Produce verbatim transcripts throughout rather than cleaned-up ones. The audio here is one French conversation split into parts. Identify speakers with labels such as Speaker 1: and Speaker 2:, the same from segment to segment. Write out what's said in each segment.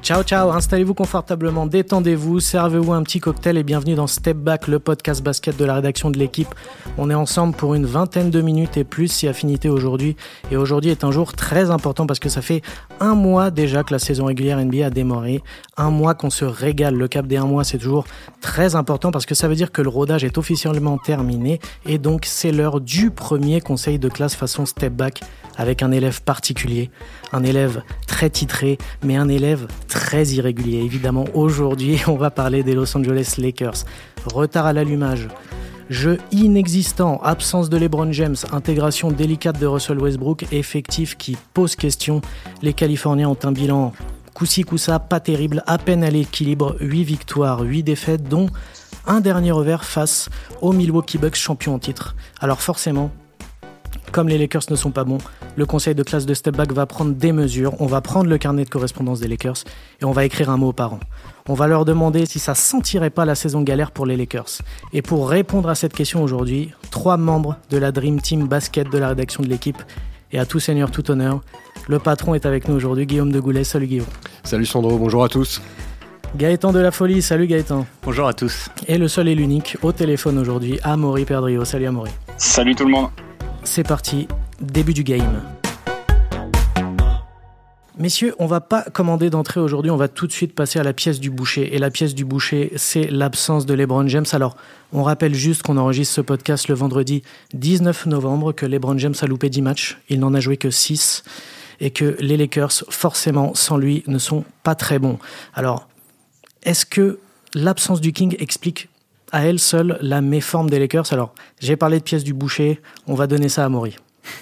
Speaker 1: Ciao ciao, installez-vous confortablement, détendez-vous, servez-vous un petit cocktail et bienvenue dans Step Back, le podcast basket de la rédaction de l'équipe. On est ensemble pour une vingtaine de minutes et plus si affinité aujourd'hui. Et aujourd'hui est un jour très important parce que ça fait un mois déjà que la saison régulière N B A a démarré. Un mois qu'on se régale. Le cap des un mois, c'est toujours très important parce que ça veut dire que le rodage est officiellement terminé et donc c'est l'heure du premier conseil de classe façon Step Back avec un élève particulier, un élève très titré, mais un élève très irrégulier. Évidemment, aujourd'hui, on va parler des Los Angeles Lakers. Retard à l'allumage, jeu inexistant, absence de LeBron James, intégration délicate de Russell Westbrook, effectif qui pose question. Les Californiens ont un bilan coup-ci coup-ça, pas terrible, à peine à l'équilibre, huit victoires, huit défaites, dont un dernier revers face aux Milwaukee Bucks, champions en titre. Alors forcément, comme les Lakers ne sont pas bons, le conseil de classe de Step Back va prendre des mesures. On va prendre le carnet de correspondance des Lakers et on va écrire un mot par an. On va leur demander si ça sentirait pas la saison galère pour les Lakers. Et pour répondre à cette question aujourd'hui, trois membres de la Dream Team Basket de la rédaction de l'équipe. Et à tout seigneur, tout honneur, le patron est avec nous aujourd'hui, Guillaume de Goulet. Salut Guillaume.
Speaker 2: Salut Sandro, bonjour à tous.
Speaker 1: Gaëtan de la Folie, salut Gaëtan.
Speaker 3: Bonjour à tous.
Speaker 1: Et le seul et l'unique au téléphone aujourd'hui, Amaury Perdrio. Salut Amaury.
Speaker 4: Salut tout le monde.
Speaker 1: C'est parti, début du game. Messieurs, on va pas commander d'entrée aujourd'hui, on va tout de suite passer à la pièce du boucher. Et la pièce du boucher, c'est l'absence de LeBron James. Alors, on rappelle juste qu'on enregistre ce podcast le vendredi dix-neuf novembre, que LeBron James a loupé dix matchs, il n'en a joué que six, et que les Lakers, forcément, sans lui, ne sont pas très bons. Alors, est-ce que l'absence du King explique à elle seule la méforme des Lakers? Alors, j'ai parlé de pièce du boucher, on va donner ça à Amaury.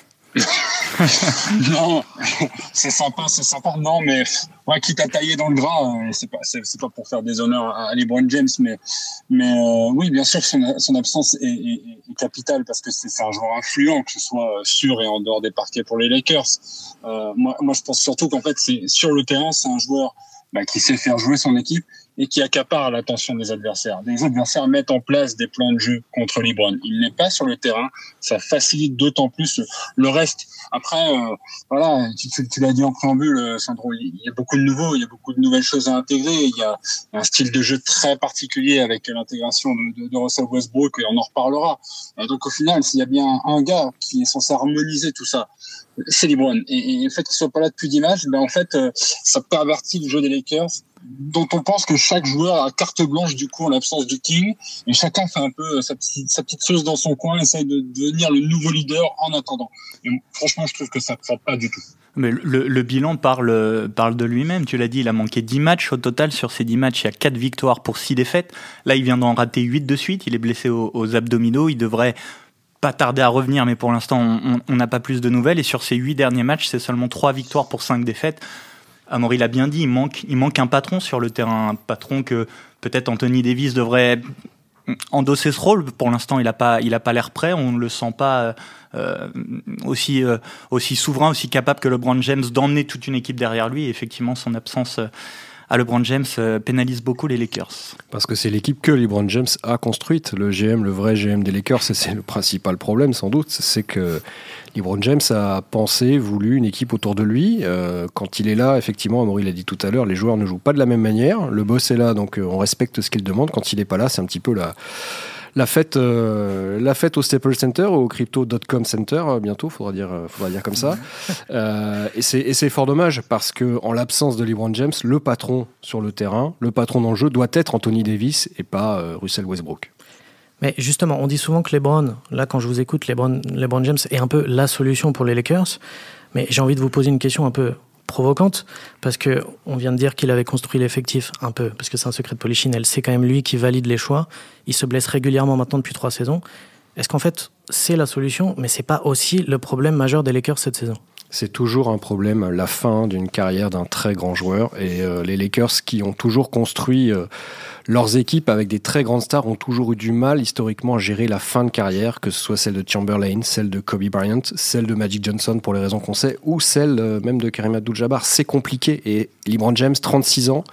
Speaker 4: Non, c'est sympa, c'est sympa. Non, mais ouais, quitte à tailler dans le gras, euh, c'est pas, c'est, c'est pas pour faire des honneurs à LeBron James, mais, mais euh, oui, bien sûr, son, son absence est, est, est capitale parce que c'est, c'est un joueur influent, que ce soit sur et en dehors des parquets pour les Lakers. Euh, moi, moi, je pense surtout qu'en fait, c'est sur le terrain, c'est un joueur bah, qui sait faire jouer son équipe et qui accapare l'attention des adversaires. Les adversaires mettent en place des plans de jeu contre LeBron. Il n'est pas sur le terrain, ça facilite d'autant plus le reste. Après, euh, voilà, tu, tu, tu l'as dit en préambule, Sandro, il y a beaucoup de nouveaux, il y a beaucoup de nouvelles choses à intégrer. Il y a un style de jeu très particulier avec l'intégration de, de, de Russell Westbrook et on en reparlera. Et donc au final, s'il y a bien un gars qui est censé harmoniser tout ça, c'est LeBron. Et, et le fait qu'il soit pas là depuis dix matchs, ben en fait, euh, ça pervertit le jeu des Lakers, dont on pense que chaque joueur a carte blanche du coup en l'absence du King, et chacun fait un peu sa petite, sa petite sauce dans son coin, essaye de devenir le nouveau leader en attendant. Et franchement, je trouve que ça ne va pas du tout.
Speaker 3: Mais le, le bilan parle, parle de lui-même, tu l'as dit, il a manqué dix matchs au total. Sur ces dix matchs, il y a quatre victoires pour six défaites. Là, il vient d'en rater huit de suite, il est blessé aux, aux abdominaux, il devrait pas tarder à revenir, mais pour l'instant, on n'a pas plus de nouvelles. Et sur ces huit derniers matchs, c'est seulement trois victoires pour cinq défaites. Amaury l'a bien dit, il manque, il manque un patron sur le terrain, un patron que peut-être Anthony Davis devrait endosser ce rôle. Pour l'instant, il n'a pas, il a pas l'air prêt, on ne le sent pas euh, aussi, euh, aussi souverain, aussi capable que LeBron James d'emmener toute une équipe derrière lui. Et effectivement, son absence euh, à LeBron James euh, pénalise beaucoup les Lakers.
Speaker 2: Parce que c'est l'équipe que LeBron James a construite. Le G M, le vrai G M des Lakers, et c'est le principal problème sans doute, c'est que LeBron James a pensé, voulu une équipe autour de lui. Euh, quand il est là, effectivement, Amaury l'a dit tout à l'heure, les joueurs ne jouent pas de la même manière. Le boss est là, donc euh, on respecte ce qu'il demande. Quand il n'est pas là, c'est un petit peu la, la, fête, euh, la fête au Staples Center, au Crypto dot com Center, euh, bientôt, il faudra dire, euh, faudra dire comme ça. Euh, et, c'est, et c'est fort dommage, parce qu'en l'absence de LeBron James, le patron sur le terrain, le patron dans le jeu, doit être Anthony Davis et pas euh, Russell Westbrook.
Speaker 1: Mais justement, on dit souvent que LeBron, là quand je vous écoute, LeBron, LeBron James est un peu la solution pour les Lakers. Mais j'ai envie de vous poser une question un peu provocante, parce qu'on vient de dire qu'il avait construit l'effectif un peu, parce que c'est un secret de polichinelle. C'est quand même lui qui valide les choix. Il se blesse régulièrement maintenant depuis trois saisons. Est-ce qu'en fait, c'est la solution, mais c'est pas aussi le problème majeur des Lakers cette saison?
Speaker 2: C'est toujours un problème, la fin d'une carrière d'un très grand joueur. Et euh, les Lakers, qui ont toujours construit euh, leurs équipes avec des très grandes stars, ont toujours eu du mal historiquement à gérer la fin de carrière, que ce soit celle de Chamberlain, celle de Kobe Bryant, celle de Magic Johnson pour les raisons qu'on sait, ou celle euh, même de Kareem Abdul-Jabbar. C'est compliqué. Et LeBron James, trente-six ans,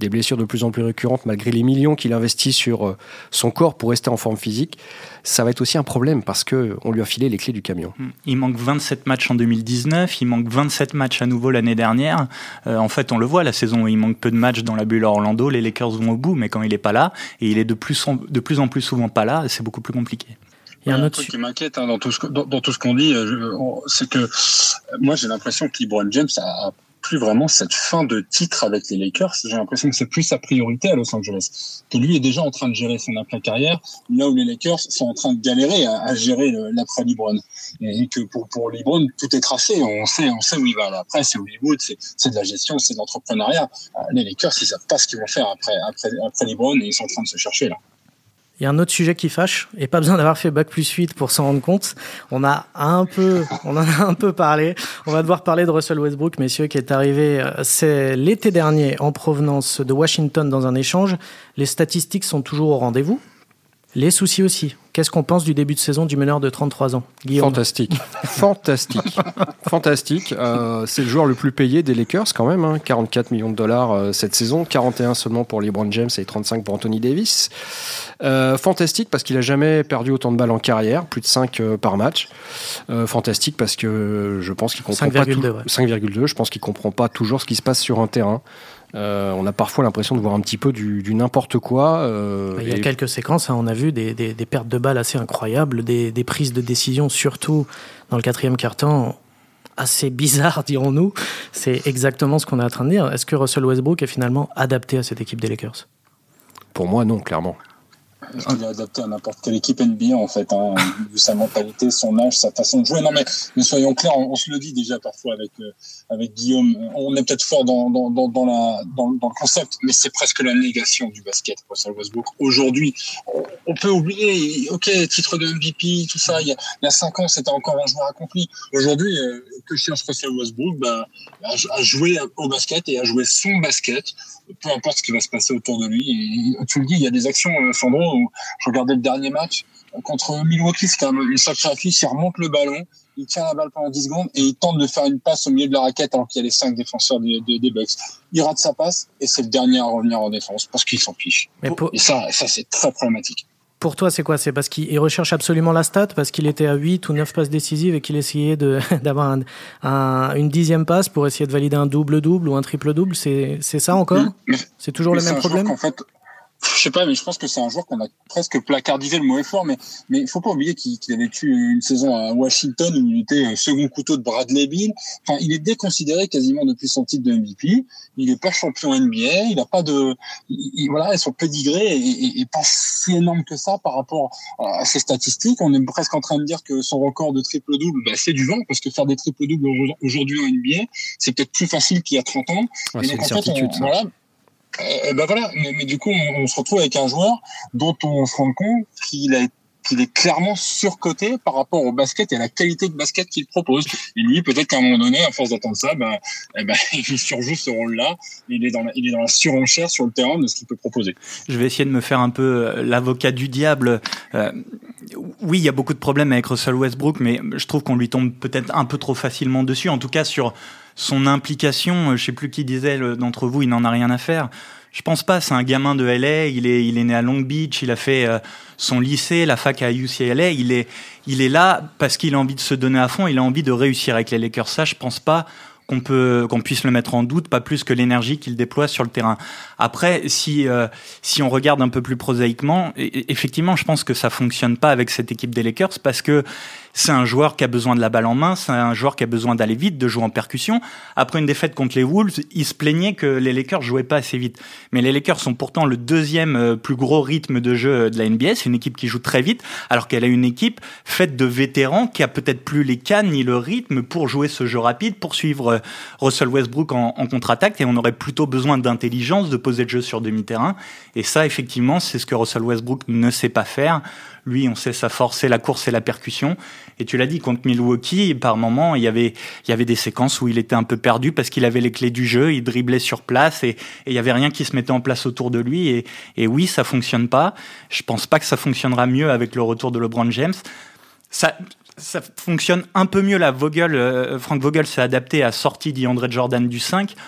Speaker 2: des blessures de plus en plus récurrentes malgré les millions qu'il investit sur euh, son corps pour rester en forme physique, ça va être aussi un problème parce qu'on lui a filé les clés du camion.
Speaker 3: Il manque vingt-sept matchs en deux mille dix-neuf, il manque vingt-sept matchs à nouveau l'année dernière. Euh, en fait, on le voit, la saison où il manque peu de matchs dans la bulle à Orlando, les Lakers vont au bout, mais quand il n'est pas là, et il est de plus en, de plus, en plus souvent pas là, c'est beaucoup plus compliqué.
Speaker 4: Il y a un, un autre truc qui m'inquiète hein, dans, tout ce, dans, dans tout ce qu'on dit, je, on, c'est que moi j'ai l'impression que LeBron James a plus vraiment cette fin de titre avec les Lakers. J'ai l'impression que c'est plus sa priorité à Los Angeles. Que lui est déjà en train de gérer son après-carrière, là où les Lakers sont en train de galérer à, à gérer le, l'après LeBron. Et que pour, pour LeBron, tout est tracé. On sait, on sait où il va. Après, c'est Hollywood, c'est, c'est de la gestion, c'est de l'entrepreneuriat. Les Lakers, ils savent pas ce qu'ils vont faire après, après, après LeBron et ils sont en train de se chercher là.
Speaker 1: Il y a un autre sujet qui fâche, et pas besoin d'avoir fait bac plus huit pour s'en rendre compte. On a un peu, on en a un peu parlé. On va devoir parler de Russell Westbrook, messieurs, qui est arrivé, c'est l'été dernier en provenance de Washington dans un échange. Les statistiques sont toujours au rendez-vous. Les soucis aussi. Qu'est-ce qu'on pense du début de saison du meneur de trente-trois ans, Guillaume?
Speaker 2: Fantastique. Fantastique. Fantastique. Euh, c'est le joueur le plus payé des Lakers quand même. Hein. quarante-quatre millions de dollars euh, cette saison. quarante et un seulement pour LeBron James et trente-cinq pour Anthony Davis. Euh, fantastique parce qu'il n'a jamais perdu autant de balles en carrière. Plus de cinq euh, par match. Euh, fantastique parce que je pense qu'il comprend
Speaker 1: cinq virgule deux,
Speaker 2: pas tout...
Speaker 1: ouais.
Speaker 2: cinq virgule deux. Je pense qu'il comprend pas toujours ce qui se passe sur un terrain. Euh, on a parfois l'impression de voir un petit peu du, du n'importe quoi. Euh,
Speaker 1: Il y a
Speaker 2: et...
Speaker 1: quelques séquences, hein, on a vu des, des, des pertes de balles assez incroyables, des, des prises de décision, surtout dans le quatrième quart-temps, assez bizarres, dirons-nous. C'est exactement ce qu'on est en train de dire. Est-ce que Russell Westbrook est finalement adapté à cette équipe des Lakers?
Speaker 2: Pour moi, non, clairement.
Speaker 4: Il est adapté à n'importe quelle équipe N B A en fait, hein, vu sa mentalité, son âge, sa façon de jouer. Non mais, mais soyons clairs, on, on se le dit déjà parfois avec euh, avec Guillaume. On est peut-être fort dans dans dans, dans la dans, dans le concept, mais c'est presque la négation du basket. Russell Westbrook. Aujourd'hui, on, on peut oublier. Ok, titre de M V P, tout ça. Il y a, il y a cinq ans, c'était encore un joueur accompli. Aujourd'hui, euh, que cherche Russell Westbrook, bah, à, à jouer au basket et à jouer son basket. Peu importe ce qui va se passer autour de lui. Et, tu le dis, il y a des actions, Sandro, où je regardais le dernier match contre Milwaukee, c'est quand même une sacrée affiche. Il remonte le ballon, il tient la balle pendant dix secondes et il tente de faire une passe au milieu de la raquette alors qu'il y a les cinq défenseurs des, des, des Bucks. Il rate sa passe et c'est le dernier à revenir en défense parce qu'il s'en fiche. Pour... Et ça, ça, c'est très problématique.
Speaker 1: Pour toi, c'est quoi? C'est parce qu'il recherche absolument la stat, parce qu'il était à huit ou neuf passes décisives et qu'il essayait de, d'avoir un, un, une dixième passe pour essayer de valider un double-double ou un triple-double? C'est, c'est ça encore?
Speaker 4: mais,
Speaker 1: C'est toujours
Speaker 4: mais
Speaker 1: le même problème?
Speaker 4: En fait, je sais pas, mais je pense que c'est un joueur qu'on a presque placardisé, le mot est fort, mais mais il faut pas oublier qu'il, qu'il avait eu une saison à Washington où il était second couteau de Bradley Beal. Enfin, il est déconsidéré quasiment depuis son titre de M V P. Il est pas champion N B A, il a pas de, il, il, voilà, son pédigré est, est, est pas si énorme que ça par rapport à ses statistiques. On est presque en train de dire que son record de triple-double, bah, c'est du vent, parce que faire des triple-doubles aujourd'hui en N B A, c'est peut-être plus facile qu'il y a trente ans.
Speaker 2: Ouais,
Speaker 4: et
Speaker 2: c'est
Speaker 4: donc,
Speaker 2: une
Speaker 4: en fait,
Speaker 2: certitude,
Speaker 4: on,
Speaker 2: ça.
Speaker 4: voilà. Euh, ben voilà, mais, mais du coup, on, on se retrouve avec un joueur dont on se rend compte qu'il a qu'il est clairement surcoté par rapport au basket et à la qualité de basket qu'il propose. Et lui, peut-être qu'à un moment donné, à force d'attendre ça, ben, eh ben, il surjoue ce rôle-là. Il est dans la, il est dans la surenchère sur le terrain de ce qu'il peut proposer.
Speaker 3: Je vais essayer de me faire un peu l'avocat du diable. Euh, oui, il y a beaucoup de problèmes avec Russell Westbrook, mais je trouve qu'on lui tombe peut-être un peu trop facilement dessus. En tout cas, sur son implication, je sais plus qui disait d'entre vous, il n'en a rien à faire. Je pense pas, c'est un gamin de L A, il est, il est né à Long Beach, il a fait euh, son lycée, la fac à U C L A, il est, il est là parce qu'il a envie de se donner à fond, il a envie de réussir avec les Lakers. Ça, je pense pas qu'on peut, qu'on puisse le mettre en doute, pas plus que l'énergie qu'il déploie sur le terrain. Après, si, euh, si on regarde un peu plus prosaïquement, et, effectivement, je pense que ça fonctionne pas avec cette équipe des Lakers parce que c'est un joueur qui a besoin de la balle en main, c'est un joueur qui a besoin d'aller vite, de jouer en percussion. Après une défaite contre les Wolves, il se plaignait que les Lakers jouaient pas assez vite. Mais les Lakers sont pourtant le deuxième plus gros rythme de jeu de la N B A. C'est une équipe qui joue très vite, alors qu'elle a une équipe faite de vétérans qui a peut-être plus les cannes ni le rythme pour jouer ce jeu rapide, pour suivre Russell Westbrook en, en contre-attaque. Et on aurait plutôt besoin d'intelligence, de poser le jeu sur demi-terrain. Et ça, effectivement, c'est ce que Russell Westbrook ne sait pas faire. Lui, on sait sa force, c'est la course et la percussion. Et tu l'as dit, contre Milwaukee, par moments, il y avait, il y avait des séquences où il était un peu perdu parce qu'il avait les clés du jeu, il driblait sur place et, et il y avait rien qui se mettait en place autour de lui. Et, et oui, ça fonctionne pas. Je pense pas que ça fonctionnera mieux avec le retour de LeBron James. Ça, ça fonctionne un peu mieux là. Vogel, euh, Frank Vogel s'est adapté à sortie d'Andre Jordan du cinq.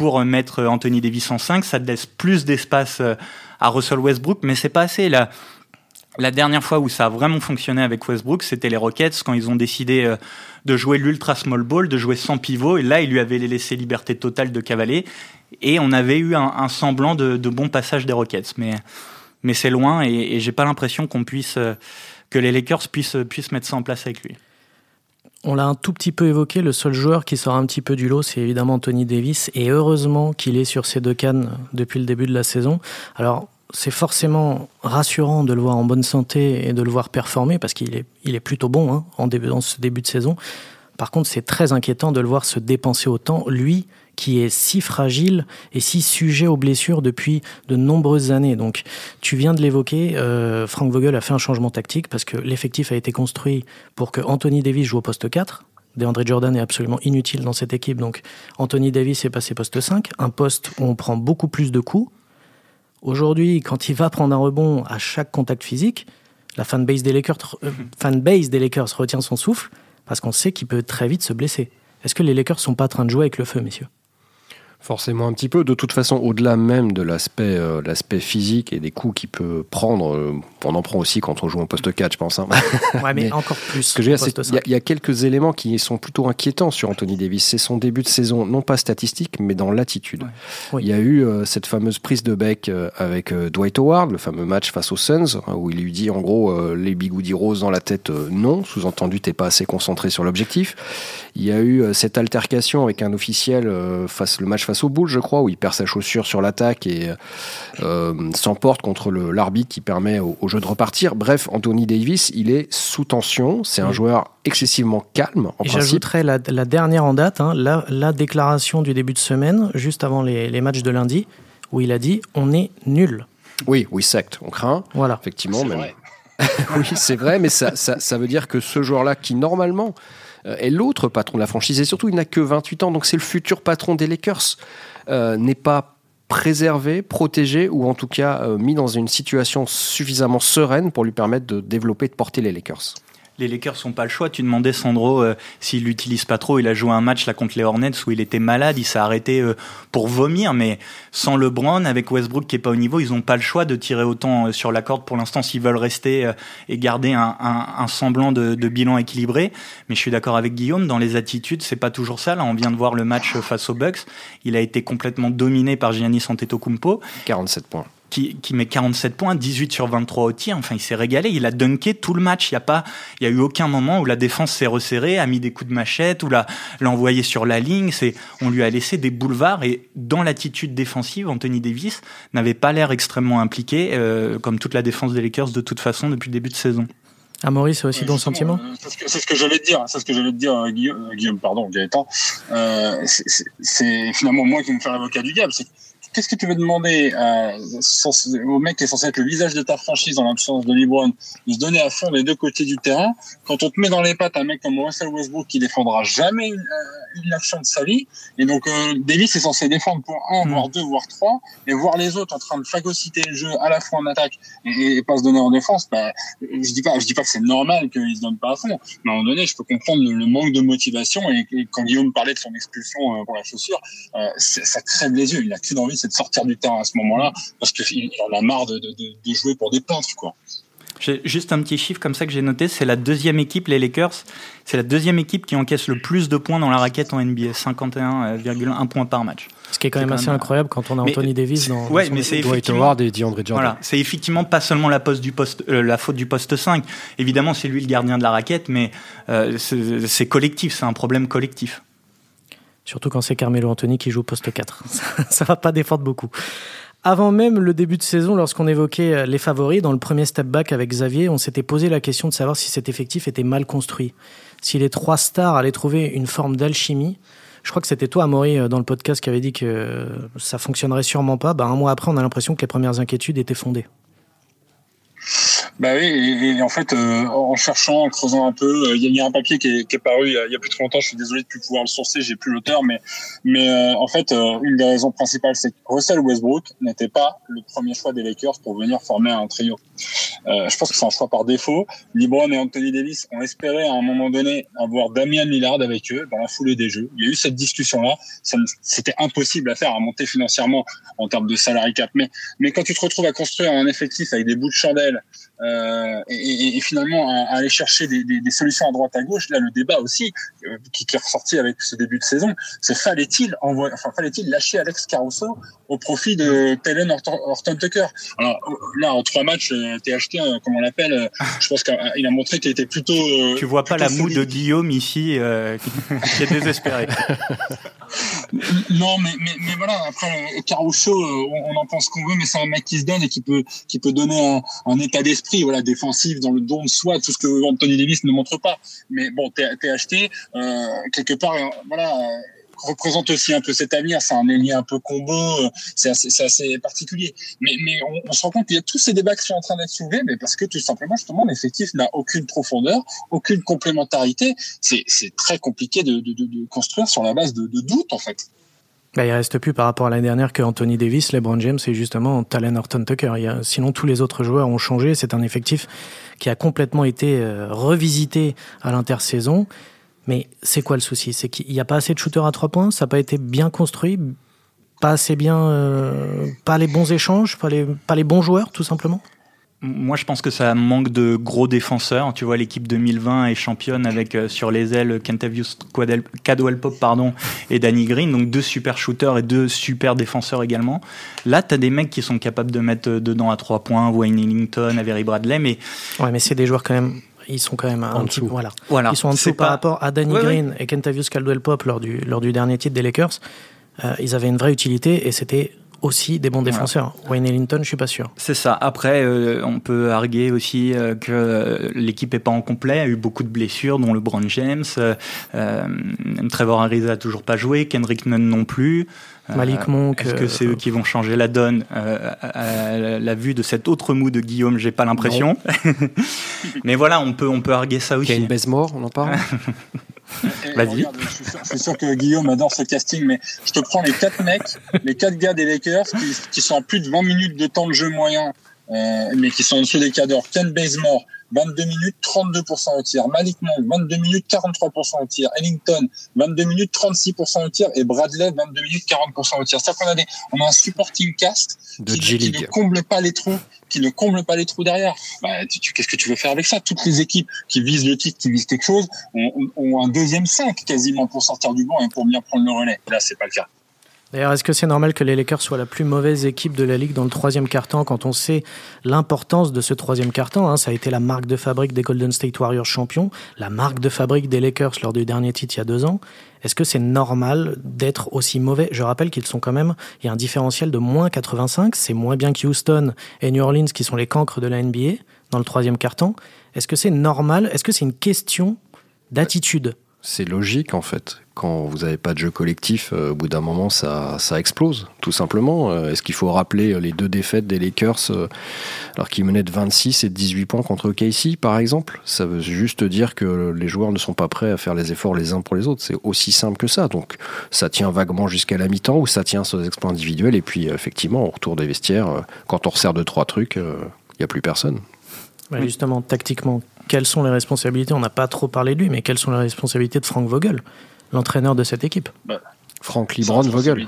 Speaker 3: pour mettre Anthony Davis en cinq, ça te laisse plus d'espace à Russell Westbrook, mais c'est pas assez. La, la dernière fois où ça a vraiment fonctionné avec Westbrook, c'était les Rockets, quand ils ont décidé de jouer l'ultra small ball, de jouer sans pivot, et là, ils lui avaient laissé liberté totale de cavaler, et on avait eu un, un semblant de, de bon passage des Rockets. Mais, mais c'est loin, et, et j'ai pas l'impression qu'on puisse, que les Lakers puissent, puissent mettre ça en place avec lui.
Speaker 1: On l'a un tout petit peu évoqué, le seul joueur qui sort un petit peu du lot, c'est évidemment Anthony Davis, et heureusement qu'il est sur ses deux cannes depuis le début de la saison. Alors, c'est forcément rassurant de le voir en bonne santé et de le voir performer, parce qu'il est, il est plutôt bon hein, en début, dans ce début de saison. Par contre, c'est très inquiétant de le voir se dépenser autant, lui qui est si fragile et si sujet aux blessures depuis de nombreuses années. Donc, tu viens de l'évoquer, euh, Frank Vogel a fait un changement tactique parce que l'effectif a été construit pour que Anthony Davis joue au poste quatre. DeAndre Jordan est absolument inutile dans cette équipe, donc Anthony Davis est passé poste cinq, un poste où on prend beaucoup plus de coups. Aujourd'hui, quand il va prendre un rebond à chaque contact physique, la fanbase des Lakers, euh, fanbase des Lakers retient son souffle parce qu'on sait qu'il peut très vite se blesser. Est-ce que les Lakers sont pas en train de jouer avec le feu, messieurs ?
Speaker 2: Forcément un petit peu. De toute façon, au-delà même de l'aspect, euh, l'aspect physique et des coups qu'il peut prendre, euh, on en prend aussi quand on joue en poste quatre, je pense. Hein.
Speaker 1: Ouais, mais, mais encore plus.
Speaker 2: Ce que je veux dire, c'est qu'il y, y a quelques éléments qui sont plutôt inquiétants sur Anthony Davis. C'est son début de saison, non pas statistique, mais dans l'attitude. Ouais. Oui. Il y a eu euh, cette fameuse prise de bec euh, avec euh, Dwight Howard, le fameux match face aux Suns, hein, où il lui dit en gros euh, les bigoudis roses dans la tête, euh, non. Sous-entendu, t'es pas assez concentré sur l'objectif. Il y a eu euh, cette altercation avec un officiel euh, face le match face aux Bulls, je crois, où il perd sa chaussure sur l'attaque et euh, s'emporte contre le, l'arbitre qui permet au, au jeu de repartir. Bref, Anthony Davis, il est sous tension. C'est un oui. joueur excessivement calme, en
Speaker 1: et
Speaker 2: principe.
Speaker 1: J'ajouterais la, la dernière en date, hein, la, la déclaration du début de semaine, juste avant les, les matchs de lundi, où il a dit « on est nul ».
Speaker 2: Oui, oui, secte, on craint.
Speaker 1: Voilà.
Speaker 2: Effectivement,
Speaker 4: c'est
Speaker 2: même.
Speaker 4: vrai.
Speaker 2: Oui, c'est vrai, mais ça, ça, ça veut dire que ce joueur-là, qui normalement est l'autre patron de la franchise, et surtout il n'a que vingt-huit ans, donc c'est le futur patron des Lakers, euh, n'est pas préservé, protégé, ou en tout cas euh, mis dans une situation suffisamment sereine pour lui permettre de développer, de porter les Lakers.
Speaker 3: Les Lakers n'ont pas le choix. Tu demandais, Sandro, euh, s'il l'utilise pas trop. Il a joué un match là contre les Hornets où il était malade. Il s'est arrêté euh, pour vomir. Mais sans LeBron, avec Westbrook qui est pas au niveau, ils n'ont pas le choix de tirer autant euh, sur la corde pour l'instant s'ils veulent rester euh, et garder un, un, un semblant de, de bilan équilibré. Mais je suis d'accord avec Guillaume. Dans les attitudes, c'est pas toujours ça. Là, on vient de voir le match face aux Bucks. Il a été complètement dominé par Giannis Antetokounmpo.
Speaker 2: quarante-sept points.
Speaker 3: Qui, qui met quarante-sept points, dix-huit sur vingt-trois au tir. Enfin, il s'est régalé. Il a dunké tout le match. Il y a pas, il y a eu aucun moment où la défense s'est resserrée, a mis des coups de machette, ou l'a, l'a envoyé sur la ligne. C'est, on lui a laissé des boulevards. Et dans l'attitude défensive, Anthony Davis n'avait pas l'air extrêmement impliqué, euh, comme toute la défense des Lakers de toute façon depuis le début de saison.
Speaker 1: Amaury, c'est aussi ton sentiment ?
Speaker 4: euh, c'est, ce que, c'est ce que j'allais te dire. C'est ce que j'allais te dire, euh, Guillaume, euh, Guillaume, pardon, Gaëtan. Euh, c'est, c'est, c'est finalement moi qui vais me faire l'avocat du diable. C'est qu'est-ce que tu veux demander à, au mec qui est censé être le visage de ta franchise en l'absence de LeBron, de se donner à fond des deux côtés du terrain, quand on te met dans les pattes un mec comme Russell Westbrook qui défendra jamais une, une action de sa vie, et donc euh, Davis est censé défendre pour un, mmh. voire deux, voire trois, et voir les autres en train de phagocyter le jeu à la fois en attaque et, et pas se donner en défense, bah, je dis pas, je dis pas que c'est normal qu'ils se donnent pas à fond, mais à un moment donné, je peux comprendre le, le manque de motivation, et, et quand Guillaume parlait de son expulsion euh, pour la chaussure, euh, ça crève les yeux, il a qu'une envie, c'est de sortir du terrain à ce moment-là, parce qu'il en a marre de, de, de jouer pour des peintres, quoi.
Speaker 3: J'ai juste un petit chiffre comme ça que j'ai noté, c'est la deuxième équipe, les Lakers, c'est la deuxième équipe qui encaisse le plus de points dans la raquette en N B A, cinquante et un virgule un points par match.
Speaker 1: Ce qui est quand même assez incroyable quand on a Anthony mais, Davis dans,
Speaker 3: ouais,
Speaker 1: dans
Speaker 3: mais
Speaker 1: son
Speaker 3: c'est
Speaker 2: Dwight Howard et DeAndre Jordan.
Speaker 3: Voilà, c'est effectivement pas seulement la, poste du poste, euh, la faute du poste cinq. Évidemment, c'est lui le gardien de la raquette, mais euh, c'est, c'est collectif, c'est un problème collectif.
Speaker 1: Surtout quand c'est Carmelo Anthony qui joue poste quatre. Ça va pas défendre beaucoup. Avant même le début de saison, lorsqu'on évoquait les favoris, dans le premier step back avec Xavier, on s'était posé la question de savoir si cet effectif était mal construit. Si les trois stars allaient trouver une forme d'alchimie. Je crois que c'était toi, Amaury, dans le podcast, qui avait dit que ça fonctionnerait sûrement pas. Bah, un mois après, on a l'impression que les premières inquiétudes étaient fondées.
Speaker 4: Bah oui, et, et en fait, euh, en cherchant, en creusant un peu, il euh, y, y a un papier qui est, qui est paru il y, a, il y a plus de longtemps. Je suis désolé de plus pouvoir le sourcer, j'ai plus l'auteur, mais mais euh, en fait, euh, une des raisons principales, c'est que Russell Westbrook n'était pas le premier choix des Lakers pour venir former un trio. Euh, je pense que c'est un choix par défaut. LeBron et Anthony Davis ont espéré à un moment donné avoir Damian Lillard avec eux dans la foulée des jeux. Il y a eu cette discussion-là. Ça, c'était impossible à faire, à monter financièrement en termes de salary cap. Mais mais quand tu te retrouves à construire un effectif avec des bouts de chandelle euh, et, et, et finalement à, à aller chercher des, des, des solutions à droite à gauche, là le débat aussi euh, qui, qui est ressorti avec ce début de saison, c'est fallait-il envoyer, enfin fallait-il lâcher Alex Caruso au profit de Talen Horton, Horton Tucker. Alors là en trois matchs euh, T H T euh, comme on l'appelle, euh, je pense qu'il a montré qu'il était plutôt. Euh,
Speaker 3: tu vois pas la moue de Guillaume ici euh, qui est désespéré.
Speaker 4: Non, mais, mais, mais voilà, après, Caruso, on, on en pense qu'on veut, mais c'est un mec qui se donne et qui peut, qui peut donner un, un état d'esprit, voilà, défensif, dans le don de soi, tout ce que Anthony Davis ne montre pas. Mais bon, T H T, euh, quelque part, voilà, représente aussi un peu cet avenir. C'est un ailier un peu combo, c'est assez, c'est assez particulier. Mais, mais on, on se rend compte qu'il y a tous ces débats qui sont en train d'être soulevés, mais parce que tout simplement, justement, l'effectif n'a aucune profondeur, aucune complémentarité. C'est, c'est très compliqué de, de, de, de construire sur la base de, de doutes, en fait.
Speaker 1: Bah, il reste plus par rapport à l'année dernière que Anthony Davis, LeBron James et justement Talen Horton Tucker. Il y a, sinon, tous les autres joueurs ont changé. C'est un effectif qui a complètement été euh, revisité à l'intersaison. Mais c'est quoi le souci ? C'est qu'il n'y a pas assez de shooters à trois points, ça n'a pas été bien construit, pas assez bien, euh, pas les bons échanges, pas les, pas les bons joueurs, tout simplement.
Speaker 3: Moi, je pense que ça manque de gros défenseurs. Tu vois, l'équipe deux mille vingt est championne avec euh, sur les ailes Kentavious Caldwell-Pope pardon, et Danny Green, donc deux super shooters et deux super défenseurs également. Là, tu as des mecs qui sont capables de mettre dedans à trois points, Wayne Ellington, Avery Bradley, mais...
Speaker 1: Ouais, mais c'est des joueurs quand même... Ils sont quand même
Speaker 2: en
Speaker 1: un
Speaker 2: dessous.
Speaker 1: Petit, voilà.
Speaker 3: voilà.
Speaker 1: Ils sont en dessous
Speaker 3: c'est
Speaker 1: par
Speaker 3: pas...
Speaker 1: rapport à Danny
Speaker 3: ouais,
Speaker 1: Green
Speaker 3: ouais.
Speaker 1: et Kentavious Caldwell-Pope lors du, lors du dernier titre des Lakers. Euh, ils avaient une vraie utilité et c'était aussi des bons défenseurs. Voilà. Wayne Ellington, je suis pas sûr.
Speaker 3: C'est ça. Après, euh, on peut arguer aussi euh, que euh, l'équipe est pas en complet. Il y a eu beaucoup de blessures, dont LeBron James. Euh, euh, Trevor Ariza a toujours pas joué. Kendrick Nunn non plus.
Speaker 1: Malik Monk.
Speaker 3: Est-ce que c'est eux qui vont changer la donne euh, à la vue de cet autre mou de Guillaume? J'ai pas l'impression. Mais voilà, on peut on peut arguer ça aussi.
Speaker 2: Kane Bazemore, on en parle.
Speaker 4: Et, Vas-y. Regarde, je, suis sûr, je suis sûr que Guillaume adore ce casting, mais je te prends les quatre mecs, les quatre gars des Lakers qui, qui sont à plus de vingt minutes de temps de jeu moyen, euh, mais qui sont en dessous des cadors. Ken Bazemore, vingt-deux minutes, trente-deux pour cent au tir. Malik Monk, vingt-deux minutes, quarante-trois pour cent au tir. Ellington, vingt-deux minutes, trente-six pour cent au tir. Et Bradley, vingt-deux minutes, quarante pour cent au tir. C'est-à-dire qu'on a, des, on a un supporting cast qui, qui ne comble pas les trous, qui ne comble pas les trous derrière. Bah, tu, tu, qu'est-ce que tu veux faire avec ça? Toutes les équipes qui visent le titre, qui visent quelque chose, ont, ont un deuxième cinq quasiment pour sortir du banc et pour bien prendre le relais. Là, c'est pas le cas.
Speaker 1: D'ailleurs, est-ce que c'est normal que les Lakers soient la plus mauvaise équipe de la Ligue dans le troisième quart-temps quand on sait l'importance de ce troisième quart-temps, hein, ça a été la marque de fabrique des Golden State Warriors champions, la marque de fabrique des Lakers lors du dernier titre il y a deux ans. Est-ce que c'est normal d'être aussi mauvais? Je rappelle qu'ils sont quand même, il y a un différentiel de moins quatre-vingt-cinq, c'est moins bien qu'Houston et New Orleans qui sont les cancres de la N B A dans le troisième quart-temps. Est-ce que c'est normal? Est-ce que c'est une question d'attitude?
Speaker 2: C'est logique en fait. Quand vous n'avez pas de jeu collectif, euh, au bout d'un moment, ça, ça explose, tout simplement. Euh, est-ce qu'il faut rappeler les deux défaites des Lakers euh, alors qu'ils menaient de vingt-six et de dix-huit points contre O K C, par exemple? Ça veut juste dire que les joueurs ne sont pas prêts à faire les efforts les uns pour les autres. C'est aussi simple que ça. Donc, ça tient vaguement jusqu'à la mi-temps ou ça tient sur les exploits individuels. Et puis, effectivement, au retour des vestiaires, euh, quand on resserre deux, trois trucs, il euh, n'y a plus personne.
Speaker 1: Ouais, justement, tactiquement, quelles sont les responsabilités? On n'a pas trop parlé de lui, mais quelles sont les responsabilités de Frank Vogel, l'entraîneur de cette équipe?
Speaker 4: bah,
Speaker 2: Frank LeBron Vogel.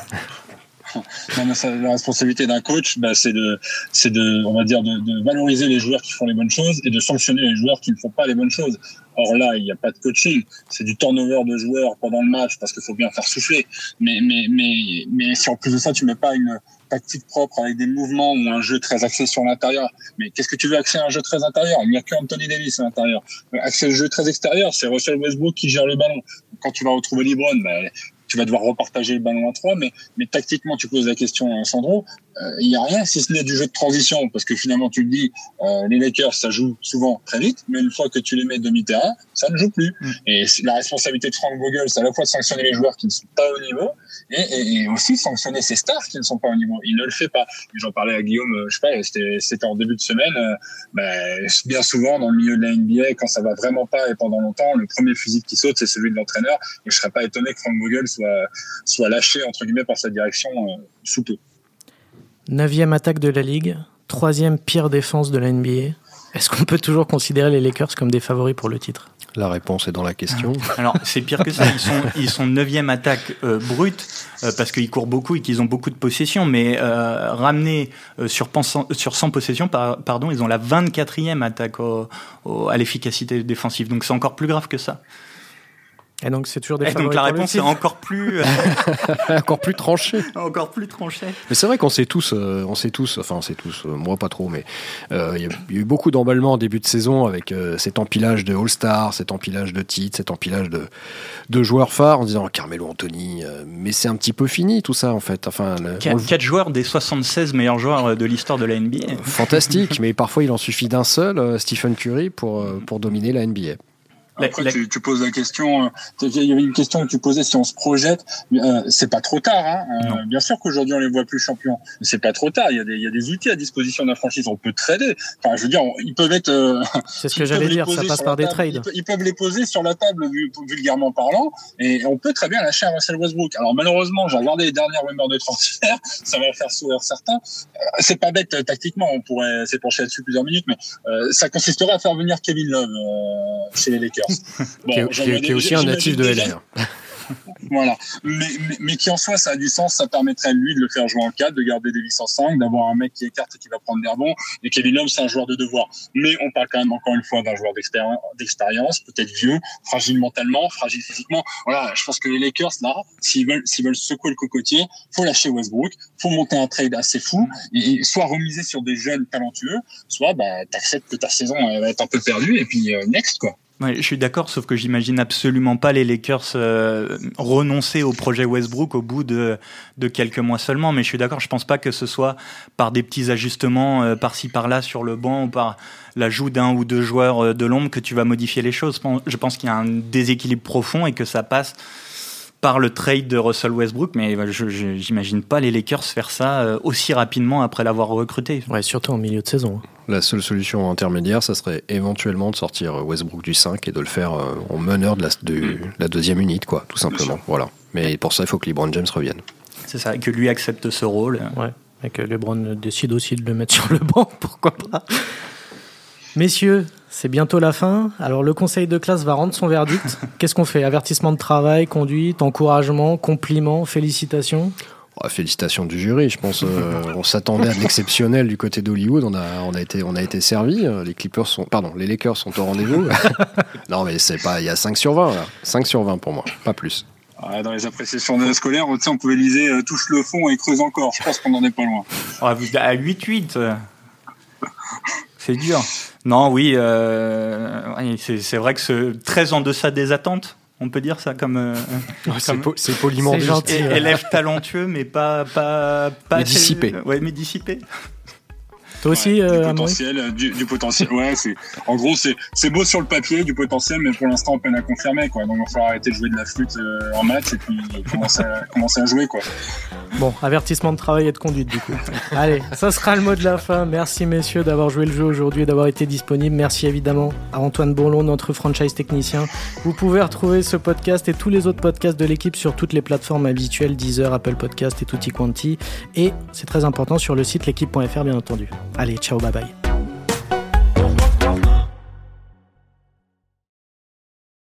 Speaker 4: Non, mais ça, la responsabilité d'un coach, bah, c'est de, c'est de, on va dire, de, de valoriser les joueurs qui font les bonnes choses et de sanctionner les joueurs qui ne font pas les bonnes choses. Or là, il n'y a pas de coaching, c'est du turnover de joueurs pendant le match parce qu'il faut bien faire souffler. Mais, mais, mais, mais si en plus de ça, tu mets pas une tactique propre avec des mouvements ou un jeu très axé sur l'intérieur. Mais qu'est-ce que tu veux axer un jeu très intérieur? Il n'y a que Anthony Davis à l'intérieur. Axer le jeu très extérieur, c'est Russell Westbrook qui gère le ballon. Quand tu vas retrouver LeBron, bah, tu vas devoir repartager le ballon à trois, mais, mais tactiquement, tu poses la question, Sandro, il euh, n'y a rien si ce n'est du jeu de transition, parce que finalement, tu le dis, euh, les Lakers, ça joue souvent très vite, mais une fois que tu les mets demi-terrain, ça ne joue plus. Mm. Et la responsabilité de Frank Vogel, c'est à la fois de sanctionner les joueurs qui ne sont pas au niveau, et, et, et aussi sanctionner ses stars qui ne sont pas au niveau. Il ne le fait pas. Et j'en parlais à Guillaume, je sais pas, c'était, c'était en début de semaine. Euh, ben, bien souvent dans le milieu de la N B A, quand ça va vraiment pas et pendant longtemps, le premier fusil qui saute, c'est celui de l'entraîneur. Et je serais pas étonné que Frank Vogel soit soit lâché entre guillemets par sa direction euh, sous peu.
Speaker 1: Neuvième attaque de la ligue, troisième pire défense de la N B A. Est-ce qu'on peut toujours considérer les Lakers comme des favoris pour le titre ?
Speaker 2: La réponse est dans la question.
Speaker 3: Alors, c'est pire que ça. Ils sont, ils sont neuvième attaque euh, brute euh, parce qu'ils courent beaucoup et qu'ils ont beaucoup de possessions. Mais euh, ramenés euh, sur, sur cent possessions, par, pardon, ils ont la vingt-quatrième attaque au, au, à l'efficacité défensive. Donc, c'est encore plus grave que ça.
Speaker 1: Et donc, c'est toujours des
Speaker 3: et
Speaker 1: favoris
Speaker 3: donc, la
Speaker 1: pour le
Speaker 3: réponse est
Speaker 1: titre.
Speaker 3: encore plus...
Speaker 2: encore plus tranchée.
Speaker 3: encore plus tranchée.
Speaker 2: Mais c'est vrai qu'on sait tous, euh, on sait tous, enfin on sait tous, euh, moi pas trop, mais il euh, y, y a eu beaucoup d'emballements en début de saison avec euh, cet empilage de All-Star, cet empilage de titres, cet empilage de, de joueurs phares en disant Carmelo Anthony, euh, mais c'est un petit peu fini tout ça en fait. Enfin, le,
Speaker 3: quatre, quatre joueurs des soixante-seize meilleurs joueurs de l'histoire de la N B A.
Speaker 2: Fantastique, mais parfois il en suffit d'un seul, euh, Stephen Curry, pour, euh, pour dominer la N B A.
Speaker 4: Après, la, la... Tu, tu poses la question. Il y avait une question que tu posais si on se projette. Euh, c'est pas trop tard. Hein. Euh, bien sûr qu'aujourd'hui on les voit plus champions, mais c'est pas trop tard. Il y a des, il y a des outils à disposition de la franchise. On peut trader. Enfin, je veux dire, on, ils peuvent être. Euh,
Speaker 1: c'est ce que j'allais dire. Ça passe par des
Speaker 4: table,
Speaker 1: trades.
Speaker 4: Ils, ils peuvent les poser sur la table, vulgairement parlant, et on peut très bien lâcher un Russell Westbrook. Alors malheureusement, j'ai regardé les dernières rumeurs de transfert. Ça va faire sourire certains. Euh, c'est pas bête euh, tactiquement. On pourrait s'épancher là-dessus plusieurs minutes, mais euh, ça consisterait à faire venir Kevin Love euh, chez les Lakers.
Speaker 2: Bon, qui, est, qui est aussi un natif de L A.
Speaker 4: Voilà, mais, mais, mais qui en soi ça a du sens, ça permettrait lui de le faire jouer en quatre, de garder Davis en cinq, d'avoir un mec qui écarte et qui va prendre des rebonds, et Kevin Love c'est un joueur de devoir, mais on parle quand même encore une fois d'un joueur d'expérience, d'expérience peut-être vieux, fragile mentalement, fragile physiquement. Voilà, je pense que les Lakers là, s'ils veulent, s'ils veulent secouer le cocotier, faut lâcher Westbrook, faut monter un trade assez fou, et, et soit remiser sur des jeunes talentueux, soit bah t'acceptes que ta saison elle va être un peu perdue, et puis euh, next quoi.
Speaker 3: Ouais, je suis d'accord, sauf que j'imagine absolument pas les Lakers euh, renoncer au projet Westbrook au bout de, de quelques mois seulement. Mais je suis d'accord, je pense pas que ce soit par des petits ajustements euh, par-ci par-là sur le banc ou par l'ajout d'un ou deux joueurs de l'ombre que tu vas modifier les choses. Je pense qu'il y a un déséquilibre profond et que ça passe par le trade de Russell Westbrook, mais je, je, j'imagine pas les Lakers faire ça aussi rapidement après l'avoir recruté.
Speaker 1: Ouais, surtout en milieu de saison.
Speaker 2: La seule solution intermédiaire, ça serait éventuellement de sortir Westbrook du cinq et de le faire en meneur de la, de mmh. la deuxième unité, quoi, tout simplement. Voilà. Mais pour ça, il faut que LeBron James revienne.
Speaker 3: C'est ça, et que lui accepte ce rôle.
Speaker 1: Ouais, et que LeBron décide aussi de le mettre sur le banc, pourquoi pas. Messieurs, c'est bientôt la fin. Alors, le conseil de classe va rendre son verdict. Qu'est-ce qu'on fait ? Avertissement de travail, conduite, encouragement, compliment, félicitations ?
Speaker 2: Oh, félicitations du jury, je pense. Euh, on s'attendait à de l'exceptionnel du côté d'Hollywood. On a, on a été, on a été servi. Les Clippers sont, pardon, les Lakers sont au rendez-vous. Non, mais c'est pas, il y a cinq sur vingt là. cinq sur vingt pour moi, pas plus.
Speaker 4: Ah, dans les appréciations scolaires, on pouvait liser euh, touche le fond et creuse encore. Je pense qu'on n'en est pas loin.
Speaker 3: Oh, à huit huit c'est dur. Non, oui, euh, c'est, c'est vrai que c'est très en deçà des attentes. On peut dire ça comme, euh,
Speaker 2: oh,
Speaker 3: comme
Speaker 2: c'est, po- c'est poliment
Speaker 3: c'est gentil, é- élève talentueux mais pas pas pas
Speaker 2: mais dissipé.
Speaker 3: Assez, ouais, mais dissipé.
Speaker 1: Toi aussi,
Speaker 4: ouais,
Speaker 1: euh,
Speaker 4: du potentiel, du, du potentiel. Ouais, c'est en gros c'est c'est beau sur le papier, du potentiel, mais pour l'instant on peine à confirmer quoi. Donc il va falloir arrêter de jouer de la flûte euh, en match et puis commencer à, commencer à jouer quoi.
Speaker 1: Bon, avertissement de travail et de conduite du coup. Allez, ça sera le mot de la fin. Merci messieurs d'avoir joué le jeu aujourd'hui et d'avoir été disponibles. Merci évidemment à Antoine Bourlon, notre franchise technicien. Vous pouvez retrouver ce podcast et tous les autres podcasts de l'équipe sur toutes les plateformes habituelles, Deezer, Apple Podcast et Tutti Quanti. Et c'est très important sur le site l'équipe point f r bien entendu. Allez, ciao, bye bye.